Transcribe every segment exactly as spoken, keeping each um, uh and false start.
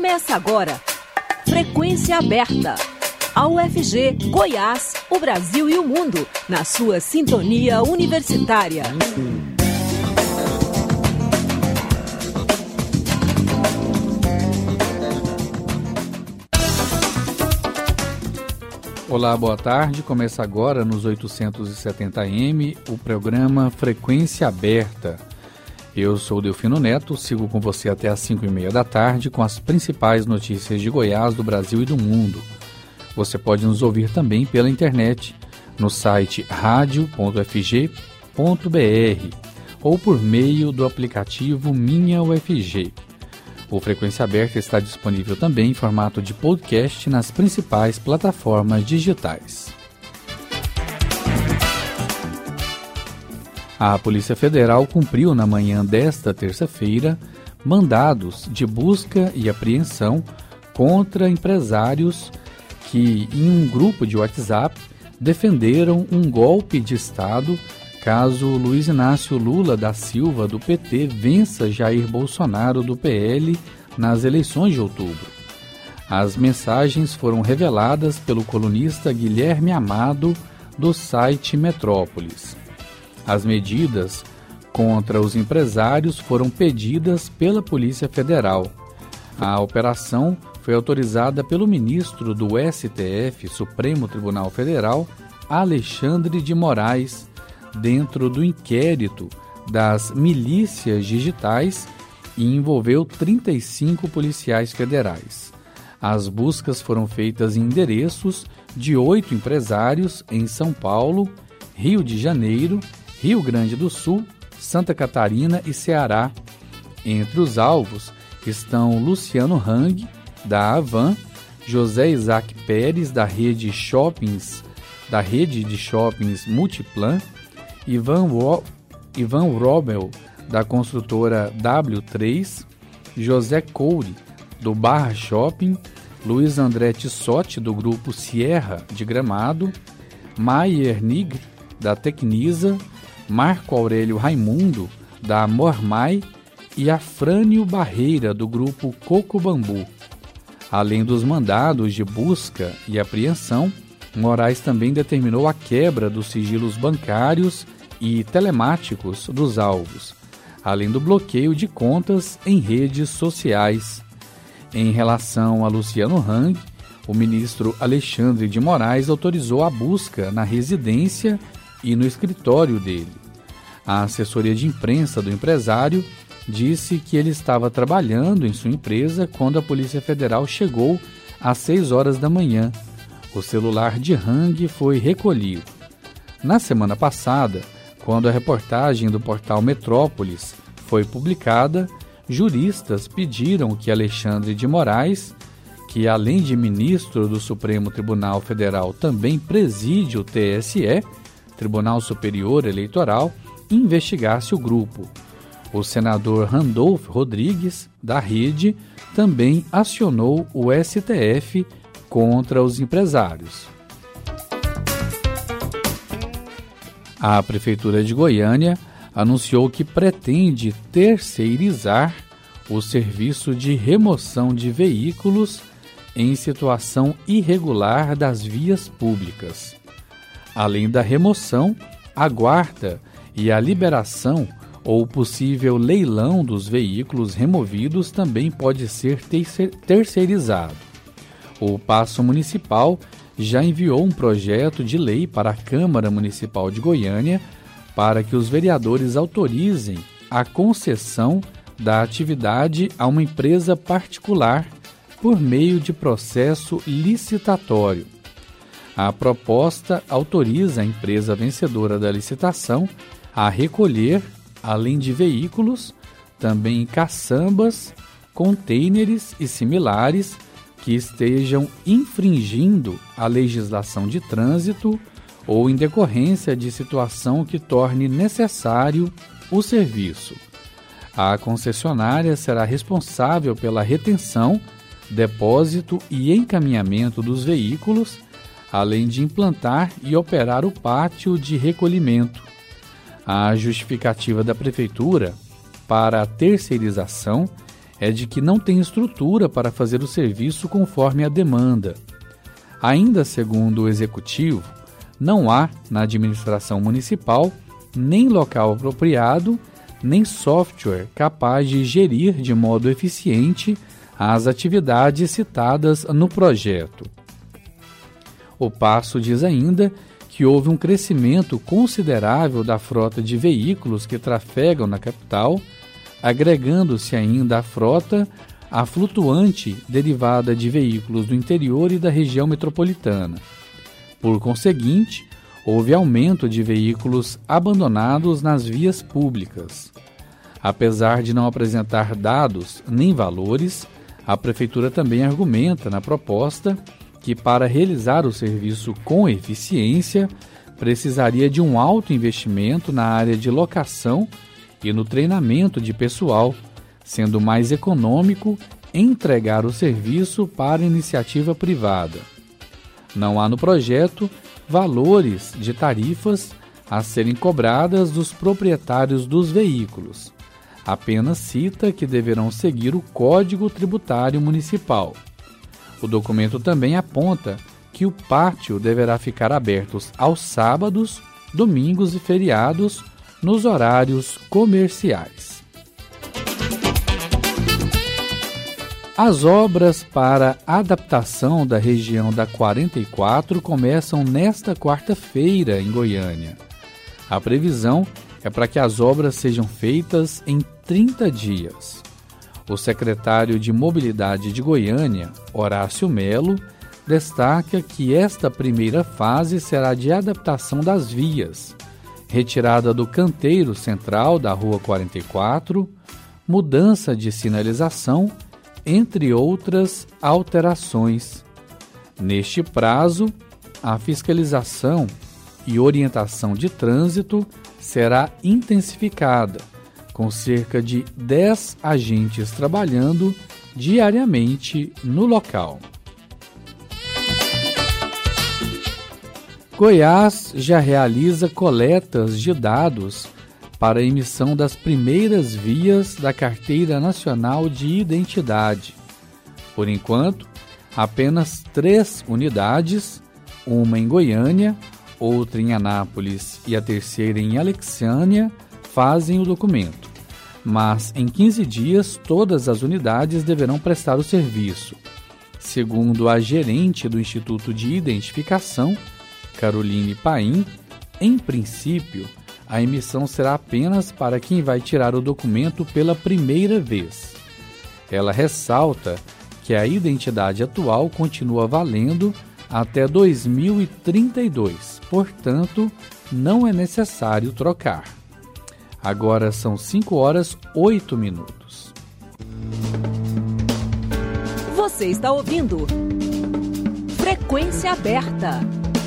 Começa agora. Frequência Aberta. A U F G, Goiás, o Brasil e o mundo, na sua sintonia universitária. Olá, boa tarde. Começa agora nos oitocentos e setenta A M o programa Frequência Aberta. Eu sou Delfino Neto, sigo com você até às cinco e meia da tarde com as principais notícias de Goiás, do Brasil e do mundo. Você pode nos ouvir também pela internet, no site radio ponto f g ponto b r ou por meio do aplicativo Minha U F G. O Frequência Aberta está disponível também em formato de podcast nas principais plataformas digitais. A Polícia Federal cumpriu na manhã desta terça-feira mandados de busca e apreensão contra empresários que, em um grupo de WhatsApp, defenderam um golpe de Estado caso Luiz Inácio Lula da Silva, do P T, vença Jair Bolsonaro, do P L, nas eleições de outubro. As mensagens foram reveladas pelo colunista Guilherme Amado, do site Metrópolis. As medidas contra os empresários foram pedidas pela Polícia Federal. A operação foi autorizada pelo ministro do S T F, Supremo Tribunal Federal, Alexandre de Moraes, dentro do inquérito das milícias digitais e envolveu trinta e cinco policiais federais. As buscas foram feitas em endereços de oito empresários em São Paulo, Rio de Janeiro, Rio Grande do Sul, Santa Catarina e Ceará. Entre os alvos estão Luciano Hang, da Avan, José Isaac Pérez, da rede shoppings, da rede de shoppings Multiplan, Ivan, Ro, Ivan Robel, da construtora W três, José Coure, do Barra Shopping, Luiz André Tissotti, do grupo Sierra de Gramado, Maier Nigre, da Tecnisa, Marco Aurélio Raimundo, da Mormai, e Afrânio Barreira, do grupo Coco Bambu. Além dos mandados de busca e apreensão, Moraes também determinou a quebra dos sigilos bancários e telemáticos dos alvos, além do bloqueio de contas em redes sociais. Em relação a Luciano Hang, o ministro Alexandre de Moraes autorizou a busca na residência e no escritório dele. A assessoria de imprensa do empresário disse que ele estava trabalhando em sua empresa quando a Polícia Federal chegou às seis horas da manhã. O celular de Hang foi recolhido. Na semana passada, quando a reportagem do portal Metrópolis foi publicada, juristas pediram que Alexandre de Moraes, que além de ministro do Supremo Tribunal Federal também preside o T S E, Tribunal Superior Eleitoral, investigasse o grupo. O senador Randolfo Rodrigues, da Rede, também acionou o S T F contra os empresários. A Prefeitura de Goiânia anunciou que pretende terceirizar o serviço de remoção de veículos em situação irregular das vias públicas. Além da remoção, a guarda e a liberação ou possível leilão dos veículos removidos também pode ser terceirizado. O Paço Municipal já enviou um projeto de lei para a Câmara Municipal de Goiânia para que os vereadores autorizem a concessão da atividade a uma empresa particular por meio de processo licitatório. A proposta autoriza a empresa vencedora da licitação a recolher, além de veículos, também caçambas, contêineres e similares que estejam infringindo a legislação de trânsito ou em decorrência de situação que torne necessário o serviço. A concessionária será responsável pela retenção, depósito e encaminhamento dos veículos, além de implantar e operar o pátio de recolhimento. A justificativa da Prefeitura para a terceirização é de que não tem estrutura para fazer o serviço conforme a demanda. Ainda segundo o Executivo, não há, na administração municipal, nem local apropriado, nem software capaz de gerir de modo eficiente as atividades citadas no projeto. O Passo diz ainda que houve um crescimento considerável da frota de veículos que trafegam na capital, agregando-se ainda à frota a flutuante derivada de veículos do interior e da região metropolitana. Por conseguinte, houve aumento de veículos abandonados nas vias públicas. Apesar de não apresentar dados nem valores, a Prefeitura também argumenta na proposta que, para realizar o serviço com eficiência, precisaria de um alto investimento na área de locação e no treinamento de pessoal, sendo mais econômico entregar o serviço para iniciativa privada. Não há no projeto valores de tarifas a serem cobradas dos proprietários dos veículos. Apenas cita que deverão seguir o Código Tributário Municipal. O documento também aponta que o pátio deverá ficar aberto aos sábados, domingos e feriados, nos horários comerciais. As obras para adaptação da região da quarenta e quatro começam nesta quarta-feira em Goiânia. A previsão é para que as obras sejam feitas em trinta dias. O secretário de Mobilidade de Goiânia, Horácio Melo, destaca que esta primeira fase será de adaptação das vias, retirada do canteiro central da Rua quarenta e quatro, mudança de sinalização, entre outras alterações. Neste prazo, a fiscalização e orientação de trânsito será intensificada, com cerca de dez agentes trabalhando diariamente no local. Goiás já realiza coletas de dados para a emissão das primeiras vias da Carteira Nacional de Identidade. Por enquanto, apenas três unidades, uma em Goiânia, outra em Anápolis e a terceira em Alexânia, fazem o documento. Mas em quinze dias todas as unidades deverão prestar o serviço. Segundo a gerente do Instituto de Identificação, Caroline Paim, em princípio, a emissão será apenas para quem vai tirar o documento pela primeira vez. Ela ressalta que a identidade atual continua valendo até dois mil e trinta e dois, portanto, não é necessário trocar. Agora são cinco horas e oito minutos. Você está ouvindo Frequência Aberta.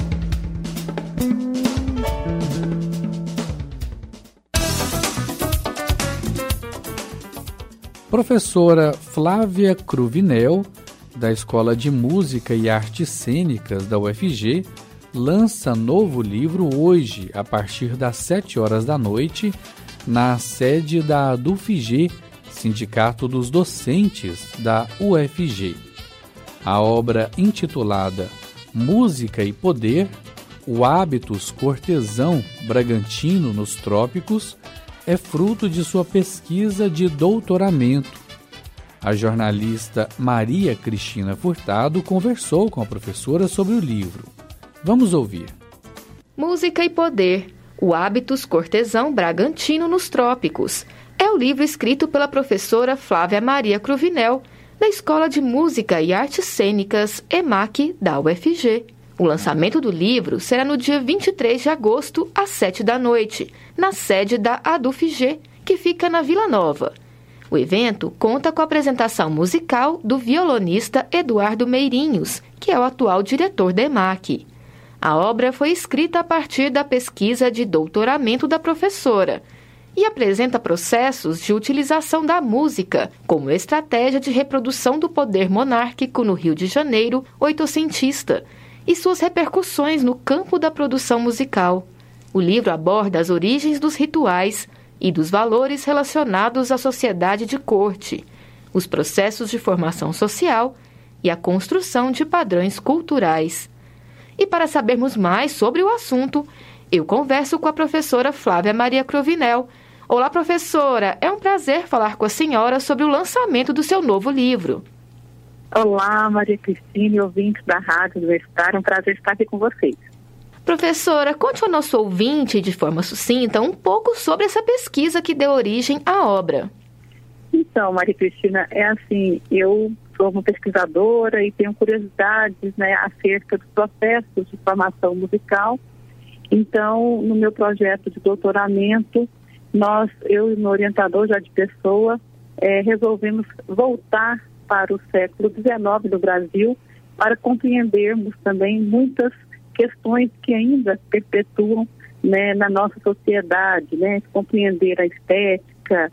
Professora Flávia Cruvinel, da Escola de Música e Artes Cênicas da U F G, lança novo livro hoje, a partir das sete horas da noite, na sede da ADUFG, Sindicato dos Docentes da U F G. A obra, intitulada Música e Poder, o Hábitus Cortesão Bragantino nos Trópicos, é fruto de sua pesquisa de doutoramento. A jornalista Maria Cristina Furtado conversou com a professora sobre o livro. Vamos ouvir. Música e Poder, o Hábitus Cortesão Bragantino nos Trópicos. É o livro escrito pela professora Flávia Maria Cruvinel, da Escola de Música e Artes Cênicas, EMAC, da U F G. O lançamento do livro será no dia vinte e três de agosto, às sete da noite, na sede da ADUFG, que fica na Vila Nova. O evento conta com a apresentação musical do violonista Eduardo Meirinhos, que é o atual diretor da EMAC. A obra foi escrita a partir da pesquisa de doutoramento da professora e apresenta processos de utilização da música como estratégia de reprodução do poder monárquico no Rio de Janeiro oitocentista e suas repercussões no campo da produção musical. O livro aborda as origens dos rituais e dos valores relacionados à sociedade de corte, os processos de formação social e a construção de padrões culturais. E para sabermos mais sobre o assunto, eu converso com a professora Flávia Maria Cruvinel. Olá, professora! É um prazer falar com a senhora sobre o lançamento do seu novo livro. Olá, Maria Cristina e ouvintes da Rádio Universitária. É um prazer estar aqui com vocês. Professora, conte ao nosso ouvinte, de forma sucinta, um pouco sobre essa pesquisa que deu origem à obra. Então, Maria Cristina, é assim, eu sou uma pesquisadora e tenho curiosidades, né, acerca dos processos de formação musical. Então, no meu projeto de doutoramento, nós, eu e meu orientador, Jardim Pessoa, é, resolvemos voltar para o século dezenove do Brasil para compreendermos também muitas questões que ainda perpetuam, né, na nossa sociedade, né, compreender a estética,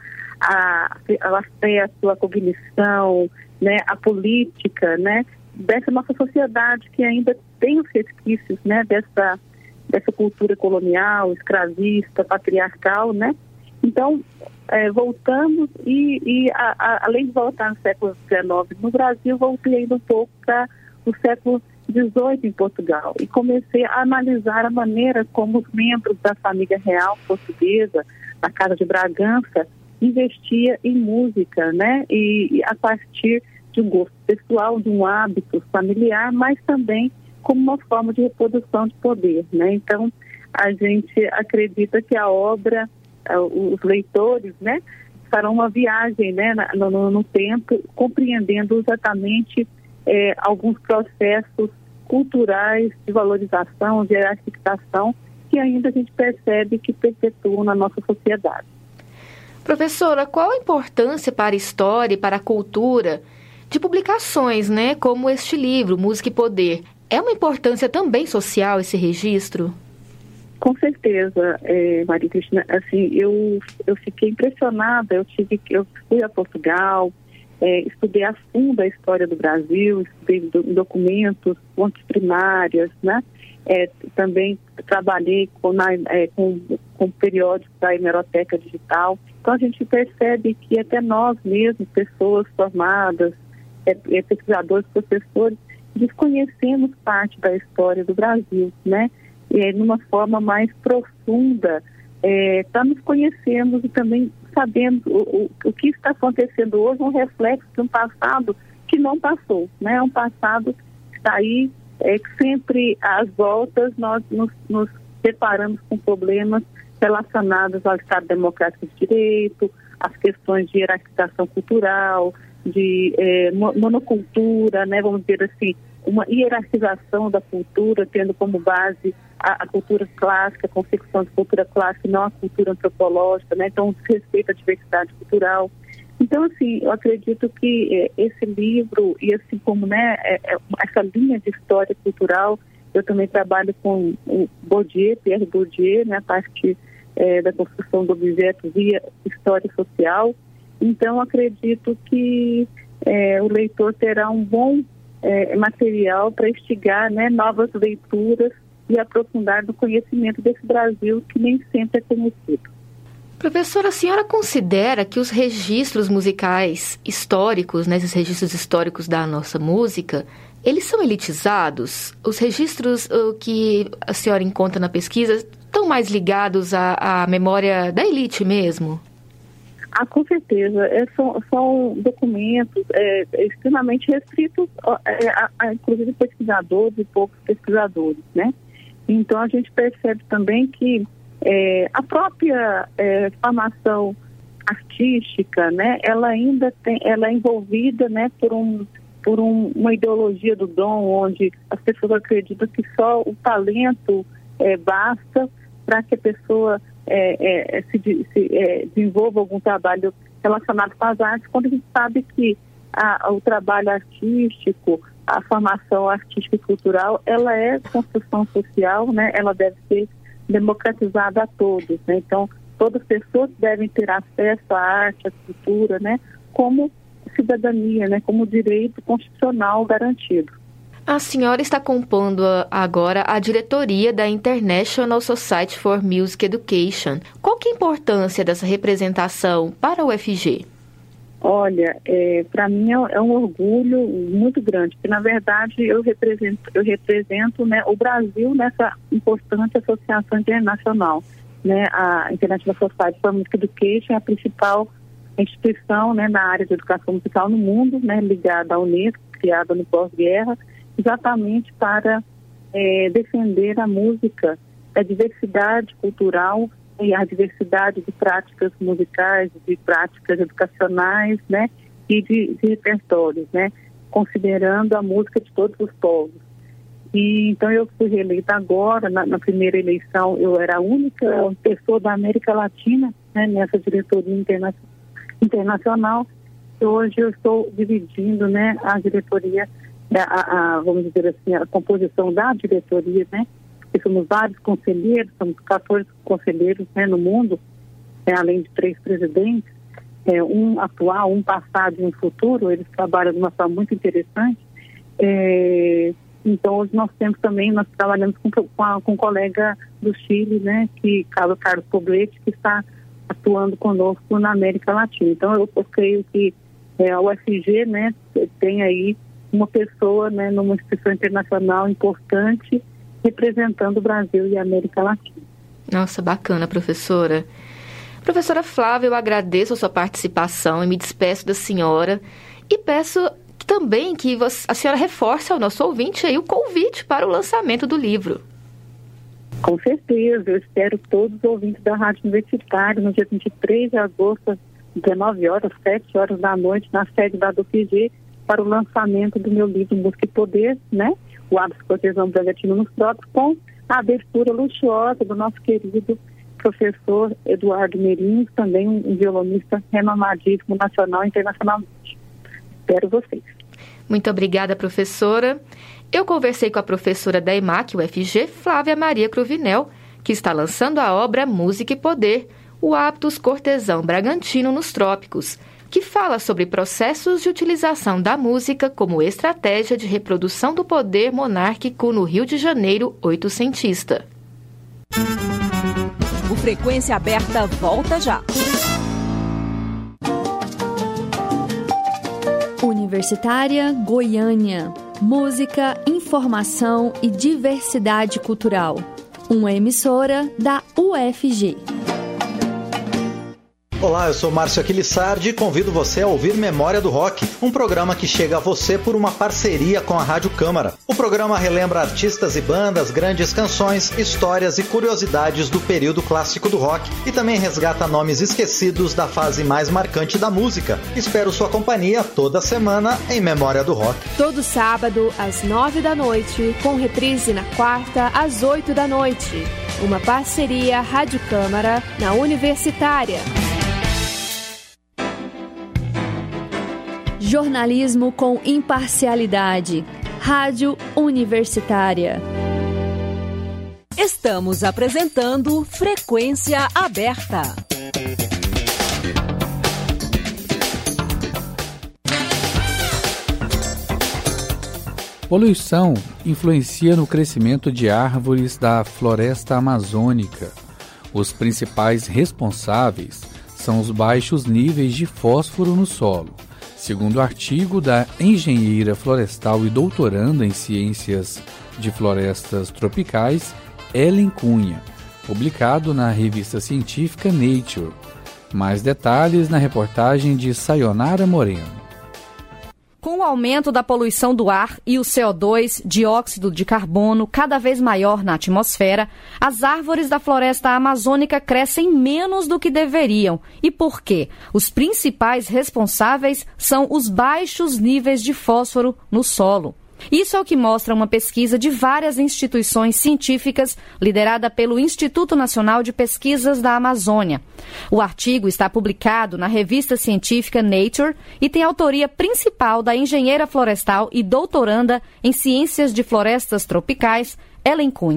a, o acesso à cognição, né, a política, né, dessa nossa sociedade que ainda tem os resquícios, né, dessa, dessa cultura colonial, escravista, patriarcal, né. Então, é, voltamos e, e a, a, além de voltar no século dezenove no Brasil, voltei ainda um pouco para o século dezoito em Portugal e comecei a analisar a maneira como os membros da família real portuguesa, da Casa de Bragança, investia em música, né? E, e a partir de um gosto pessoal, de um hábito familiar, mas também como uma forma de reprodução de poder, né? Então, a gente acredita que a obra, uh, os leitores, né, farão uma viagem, né, no, no, no tempo, compreendendo exatamente eh, alguns processos culturais de valorização, de hierarquização, que ainda a gente percebe que perpetuam na nossa sociedade. Professora, qual a importância para a história e para a cultura de publicações, né, como este livro, Música e Poder? É uma importância também social esse registro? Com certeza, é, Maria Cristina. Assim, eu, eu fiquei impressionada, eu, tive, eu fui a Portugal, é, estudei a fundo a história do Brasil, estudei do, documentos, fontes primárias, né? É, também trabalhei com, na, é, com, com periódicos da Hemeroteca Digital. Então a gente percebe que até nós mesmos, pessoas formadas, é, é, pesquisadores, professores, desconhecemos parte da história do Brasil, né? E é, numa forma mais profunda, é, para nos conhecermos e também sabendo o, o, o que está acontecendo hoje, um reflexo de um passado que não passou, né? É um passado que está aí, é que sempre às voltas nós nos, nos deparamos com problemas relacionados ao Estado Democrático de Direito, às questões de hierarquização cultural, de é, monocultura, né? Vamos dizer assim, uma hierarquização da cultura, tendo como base a, a cultura clássica, a concepção de cultura clássica, não a cultura antropológica, né? Então, respeito à diversidade cultural. Então, assim, eu acredito que é, esse livro, e assim como, né, é, é, essa linha de história cultural, eu também trabalho com o Bourdieu, Pierre Bourdieu, né, a parte é, da construção do objeto via história social. Então, acredito que é, o leitor terá um bom é, material para instigar, né, novas leituras e aprofundar no conhecimento desse Brasil que nem sempre é conhecido. Professora, a senhora considera que os registros musicais históricos, né, esses registros históricos da nossa música, eles são elitizados? Os registros uh, que a senhora encontra na pesquisa estão mais ligados à, à memória da elite mesmo? Ah, com certeza. É, são, são documentos é, extremamente restritos, é, a, a, inclusive pesquisadores e poucos pesquisadores, né? Então, a gente percebe também que É, a própria é, formação artística, né, ela ainda tem, ela é envolvida, né, por, um, por um, uma ideologia do dom, onde as pessoas acreditam que só o talento é, basta para que a pessoa é, é, se, se é, desenvolva algum trabalho relacionado com as artes, quando a gente sabe que a, o trabalho artístico, a formação artística e cultural, ela é construção social, né, ela deve ser democratizada a todos, né? Então, todas as pessoas devem ter acesso à arte, à cultura, né? Como cidadania, né? Como direito constitucional garantido. A senhora está compondo agora a diretoria da International Society for Music Education. Qual que é a importância dessa representação para o U F G? Olha, é, para mim é, é um orgulho muito grande, porque na verdade eu represento, eu represento, né, o Brasil nessa importante associação internacional, né? A International Society for Music Education é a principal instituição, né, na área de educação musical no mundo, né, ligada à Unesco, criada no pós-guerra, exatamente para é, defender a música, a diversidade cultural e a diversidade de práticas musicais, de práticas educacionais, né, e de, de repertórios, né, considerando a música de todos os povos. E então eu fui reeleita agora, na, na primeira eleição eu era a única pessoa da América Latina, né, nessa diretoria interna, internacional. E hoje eu estou dividindo, né, a diretoria, a, a, vamos dizer assim, a composição da diretoria, né, porque somos vários conselheiros, somos quatorze conselheiros, né, no mundo, é, além de três presidentes, é, um atual, um passado e um futuro. Eles trabalham de uma forma muito interessante. É, então, hoje nós temos também, nós trabalhamos com, com, a, com um colega do Chile, né, que, Carlos Carlos Poblete, que está atuando conosco na América Latina. Então, eu, eu creio que é, a U F G, né, tem aí uma pessoa, né, numa instituição internacional importante, representando o Brasil e a América Latina. Nossa, bacana, professora. Professora Flávia, eu agradeço a sua participação e me despeço da senhora e peço também que você, a senhora reforce ao nosso ouvinte aí o convite para o lançamento do livro. Com certeza, eu espero todos os ouvintes da Rádio Universitária no dia vinte e três de agosto, às dezenove horas, sete horas da noite, na sede da U F G, para o lançamento do meu livro Música e Poder, né? O Hábitos Cortesão Bragantino nos Trópicos, com a abertura luxuosa do nosso querido professor Eduardo Merins, também um violonista renomadíssimo nacional e internacionalmente. Espero vocês. Muito obrigada, professora. Eu conversei com a professora da EMAC, U F G, Flávia Maria Cruvinel, que está lançando a obra Música e Poder, o Hábitos Cortesão Bragantino nos Trópicos, que fala sobre processos de utilização da música como estratégia de reprodução do poder monárquico no Rio de Janeiro oitocentista. O Frequência Aberta volta já. Universitária Goiânia. Música, informação e diversidade cultural. Uma emissora da U F G. Olá, eu sou Márcio Aquilissardi e convido você a ouvir Memória do Rock, um programa que chega a você por uma parceria com a Rádio Câmara. O programa relembra artistas e bandas, grandes canções, histórias e curiosidades do período clássico do rock e também resgata nomes esquecidos da fase mais marcante da música. Espero sua companhia toda semana em Memória do Rock. Todo sábado, às nove da noite, com reprise na quarta, às oito da noite. Uma parceria Rádio Câmara na Universitária. Jornalismo com imparcialidade. Rádio Universitária. Estamos apresentando Frequência Aberta. Poluição influencia no crescimento de árvores da floresta amazônica. Os principais responsáveis são os baixos níveis de fósforo no solo. Segundo o artigo da engenheira florestal e doutoranda em ciências de florestas tropicais, Ellen Cunha, publicado na revista científica Nature. Mais detalhes na reportagem de Sayonara Moreno. Com o aumento da poluição do ar e o C O dois, dióxido de carbono, cada vez maior na atmosfera, as árvores da floresta amazônica crescem menos do que deveriam. E por quê? Os principais responsáveis são os baixos níveis de fósforo no solo. Isso é o que mostra uma pesquisa de várias instituições científicas liderada pelo Instituto Nacional de Pesquisas da Amazônia. O artigo está publicado na revista científica Nature e tem autoria principal da engenheira florestal e doutoranda em ciências de florestas tropicais, Ellen Cunha.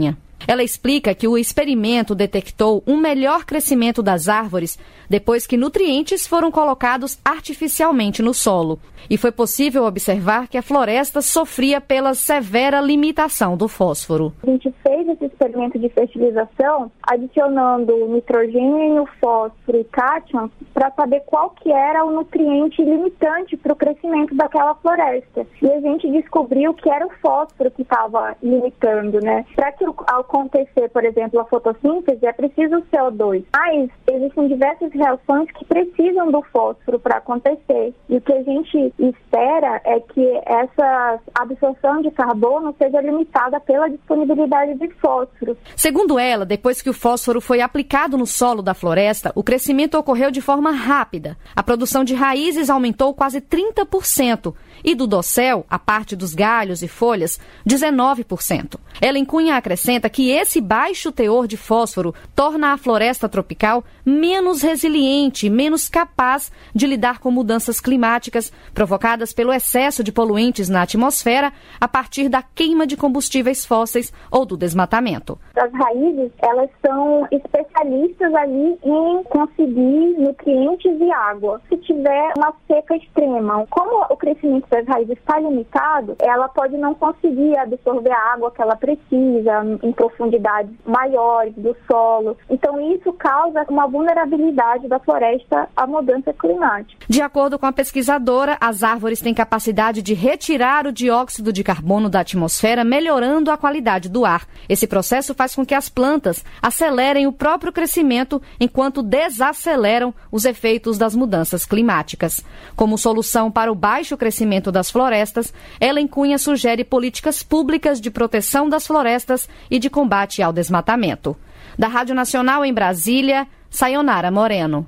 Ela explica que o experimento detectou um melhor crescimento das árvores depois que nutrientes foram colocados artificialmente no solo. E foi possível observar que a floresta sofria pela severa limitação do fósforo. A gente fez esse experimento de fertilização adicionando nitrogênio, fósforo e cátion para saber qual que era o nutriente limitante para o crescimento daquela floresta. E a gente descobriu que era o fósforo que estava limitando, né? Para que acontecer, por exemplo, a fotossíntese, é preciso o C O dois. Mas existem diversas reações que precisam do fósforo para acontecer. E o que a gente espera é que essa absorção de carbono seja limitada pela disponibilidade de fósforo. Segundo ela, depois que o fósforo foi aplicado no solo da floresta, o crescimento ocorreu de forma rápida. A produção de raízes aumentou quase trinta por cento e do dossel, a parte dos galhos e folhas, dezenove por cento. Ela em Cunha acrescenta que esse baixo teor de fósforo torna a floresta tropical menos resiliente, menos capaz de lidar com mudanças climáticas provocadas pelo excesso de poluentes na atmosfera a partir da queima de combustíveis fósseis ou do desmatamento. As raízes, elas são especialistas ali em conseguir nutrientes e água. Se tiver uma seca extrema, como o crescimento das raízes está limitado, ela pode não conseguir absorver a água que ela precisa em profundidades maiores do solo. Então isso causa uma vulnerabilidade da floresta à mudança climática. De acordo com a pesquisadora, as árvores têm capacidade de retirar o dióxido de carbono da atmosfera, melhorando a qualidade do ar. Esse processo faz com que as plantas acelerem o próprio crescimento, enquanto desaceleram os efeitos das mudanças climáticas. Como solução para o baixo crescimento das florestas, Ellen Cunha sugere políticas públicas de proteção das florestas e de combate ao desmatamento. Da Rádio Nacional em Brasília, Sayonara Moreno.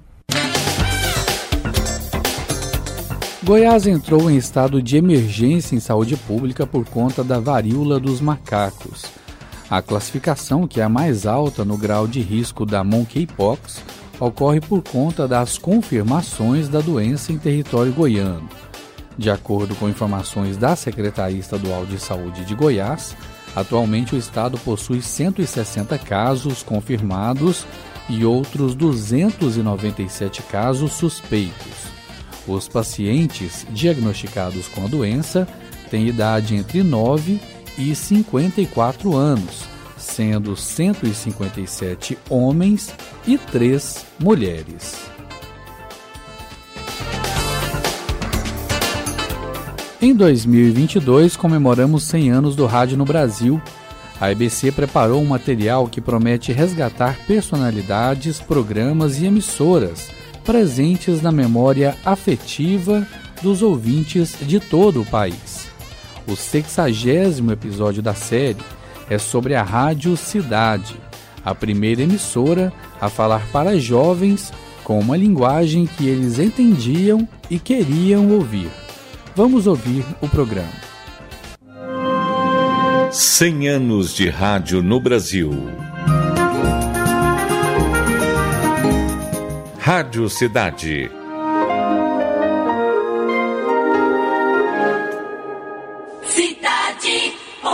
Goiás entrou em estado de emergência em saúde pública por conta da varíola dos macacos. A classificação, que é a mais alta no grau de risco da monkeypox, ocorre por conta das confirmações da doença em território goiano. De acordo com informações da Secretaria Estadual de Saúde de Goiás, atualmente o estado possui cento e sessenta casos confirmados e outros duzentos e noventa e sete casos suspeitos. Os pacientes diagnosticados com a doença têm idade entre nove e cinquenta e quatro anos, sendo cento e cinquenta e sete homens e três mulheres. Em dois mil e vinte e dois, comemoramos cem anos do rádio no Brasil. A E B C preparou um material que promete resgatar personalidades, programas e emissoras presentes na memória afetiva dos ouvintes de todo o país. O sexagésimo episódio da série é sobre a Rádio Cidade, a primeira emissora a falar para jovens com uma linguagem que eles entendiam e queriam ouvir. Vamos ouvir o programa. cem anos de rádio no Brasil. Rádio Cidade. Cidade.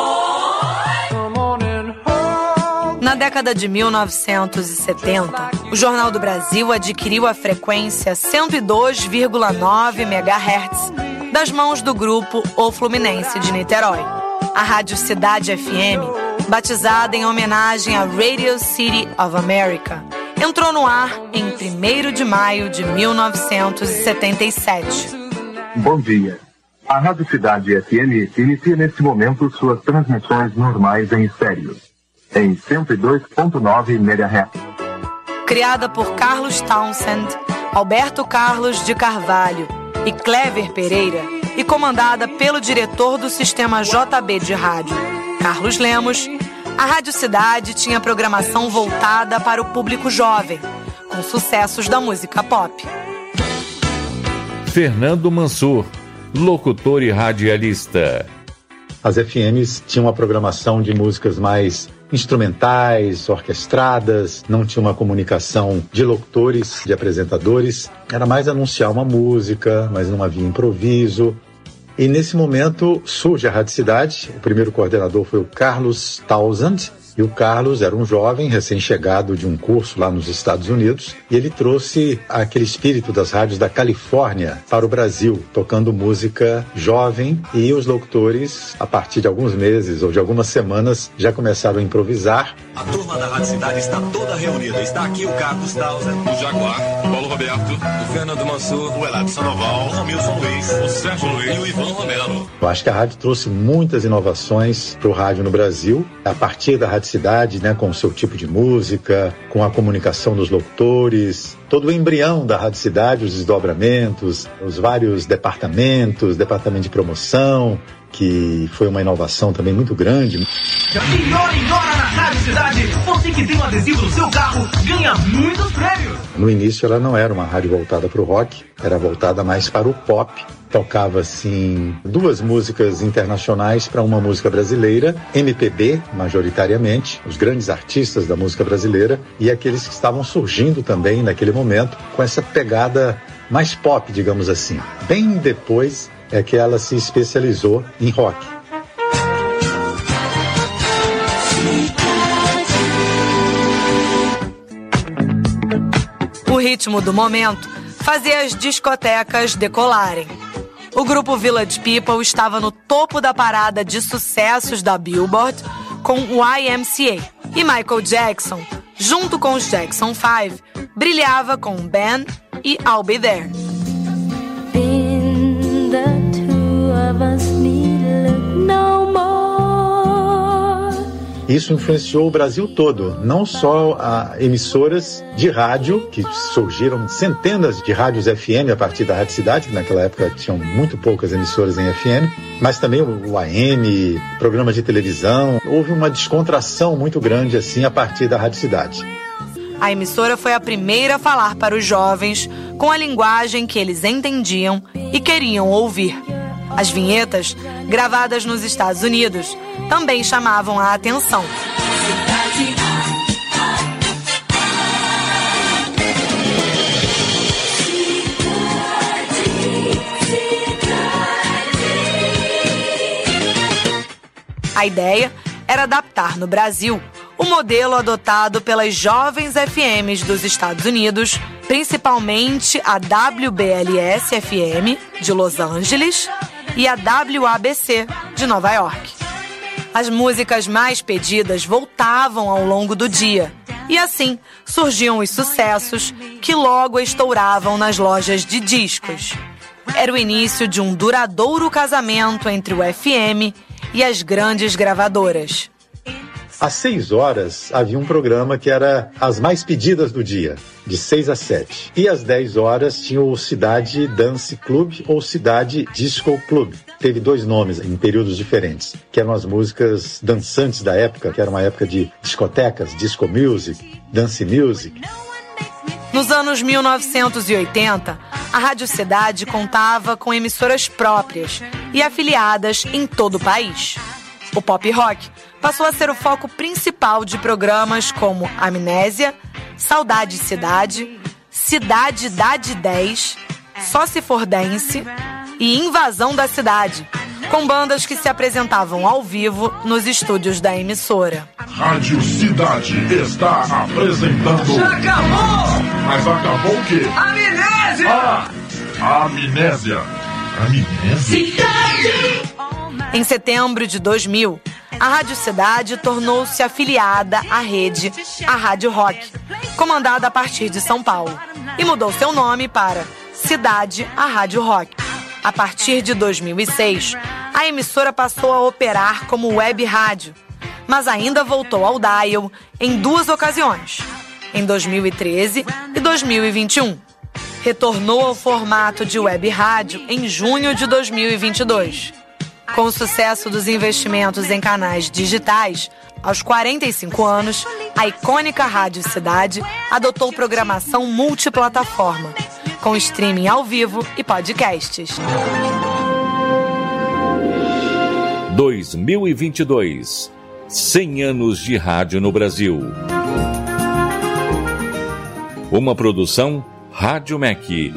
Na década de mil novecentos e setenta, o Jornal do Brasil adquiriu a frequência cento e dois vírgula nove megahertz das mãos do grupo O Fluminense de Niterói. A Rádio Cidade F M, batizada em homenagem à Radio City of America, entrou no ar em primeiro de maio de mil novecentos e setenta e sete. Bom dia. A Rádio Cidade F M inicia neste momento suas transmissões normais em estéreo, em cento e dois vírgula nove megahertz. Criada por Carlos Townsend, Alberto Carlos de Carvalho e Clever Pereira, e comandada pelo diretor do sistema J B de rádio, Carlos Lemos, a Rádio Cidade tinha programação voltada para o público jovem, com sucessos da música pop. Fernando Mansur, locutor e radialista. As F Ms tinham uma programação de músicas mais instrumentais, orquestradas, não tinha uma comunicação de locutores, de apresentadores. Era mais anunciar uma música, mas não havia improviso. E nesse momento surge a Rádio Cidade. O primeiro coordenador foi o Carlos Townsend e E o Carlos era um jovem recém-chegado de um curso lá nos Estados Unidos e ele trouxe aquele espírito das rádios da Califórnia para o Brasil, tocando música jovem, e os locutores, a partir de alguns meses ou de algumas semanas, já começaram a improvisar. A turma da Rádio Cidade está toda reunida. Está aqui o Carlos Tausa, o Jaguar, o Paulo Roberto, o Fernando Mansur, o Eladio Sandoval, o Romilson Luiz, o Sérgio Luiz e o Ivan Romero. Eu acho que a rádio trouxe muitas inovações para o rádio no Brasil, a partir da Rádio Cidade, né, com o seu tipo de música, com a comunicação dos locutores, todo o embrião da Rádio Cidade, os desdobramentos, os vários departamentos, departamento de promoção, que foi uma inovação também muito grande. Senhora e Nora na Rádio Cidade, você que tem um adesivo no seu carro ganha muitos prêmios. No início ela não era uma rádio voltada para o rock, era voltada mais para o pop. Tocava, assim, duas músicas internacionais para uma música brasileira, M P B, majoritariamente, os grandes artistas da música brasileira e aqueles que estavam surgindo também naquele momento com essa pegada mais pop, digamos assim. Bem depois é que ela se especializou em rock. O ritmo do momento fazia as discotecas decolarem. O grupo Village People estava no topo da parada de sucessos da Billboard com o Y M C A. E Michael Jackson, junto com os Jackson five, brilhava com Ben e I'll Be There. In the two of us need look no more. Isso influenciou o Brasil todo, não só a emissoras de rádio, que surgiram centenas de rádios F M a partir da Rádio Cidade, que naquela época tinham muito poucas emissoras em F M, mas também o A M, programas de televisão. Houve uma descontração muito grande assim a partir da Rádio Cidade. A emissora foi a primeira a falar para os jovens com a linguagem que eles entendiam e queriam ouvir. As vinhetas, gravadas nos Estados Unidos, também chamavam a atenção. A ideia era adaptar no Brasil o modelo adotado pelas jovens F Ms dos Estados Unidos, principalmente a W B L S F M de Los Angeles e a W A B C de Nova York. As músicas mais pedidas voltavam ao longo do dia, e assim surgiam os sucessos que logo estouravam nas lojas de discos. Era o início de um duradouro casamento entre o F M e as grandes gravadoras. Às seis horas havia um programa que era as mais pedidas do dia, de seis às sete. E às dez horas tinha o Cidade Dance Club ou Cidade Disco Club. Teve dois nomes em períodos diferentes, que eram as músicas dançantes da época, que era uma época de discotecas, disco music, dance music. Nos anos mil novecentos e oitenta, a Rádio Cidade contava com emissoras próprias e afiliadas em todo o país. O pop rock passou a ser o foco principal de programas como Amnésia, Saudade Cidade, Cidade Dade dez, Só Se For Dance e Invasão da Cidade, com bandas que se apresentavam ao vivo nos estúdios da emissora. Rádio Cidade está apresentando... Já acabou! Mas acabou o quê? Amnésia! Ah, amnésia. Amnésia? Cidade! Em setembro de dois mil, a Rádio Cidade tornou-se afiliada à rede, a Rádio Rock, comandada a partir de São Paulo, e mudou seu nome para Cidade, a Rádio Rock. A partir de dois mil e seis, a emissora passou a operar como web rádio, mas ainda voltou ao dial em duas ocasiões, em dois mil e treze e dois mil e vinte e um. Retornou ao formato de web rádio em junho de dois mil e vinte e dois. Com o sucesso dos investimentos em canais digitais, aos quarenta e cinco anos, a icônica Rádio Cidade adotou programação multiplataforma, com streaming ao vivo e podcasts. dois mil e vinte e dois. cem anos de rádio no Brasil. Uma produção Rádio M E C.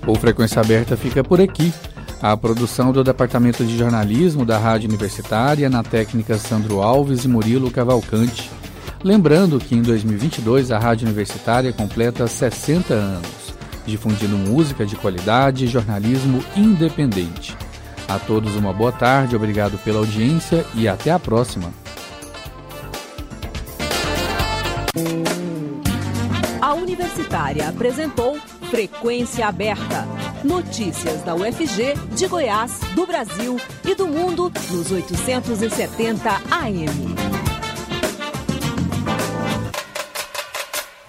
O Frequência Aberta fica por aqui. A produção do Departamento de Jornalismo da Rádio Universitária, na técnica Sandro Alves e Murilo Cavalcante. Lembrando que em dois mil e vinte e dois a Rádio Universitária completa sessenta anos, difundindo música de qualidade e jornalismo independente. A todos uma boa tarde, obrigado pela audiência e até a próxima. A Universitária apresentou Frequência Aberta. Notícias da U F G, de Goiás, do Brasil e do mundo nos oitocentos e setenta A M.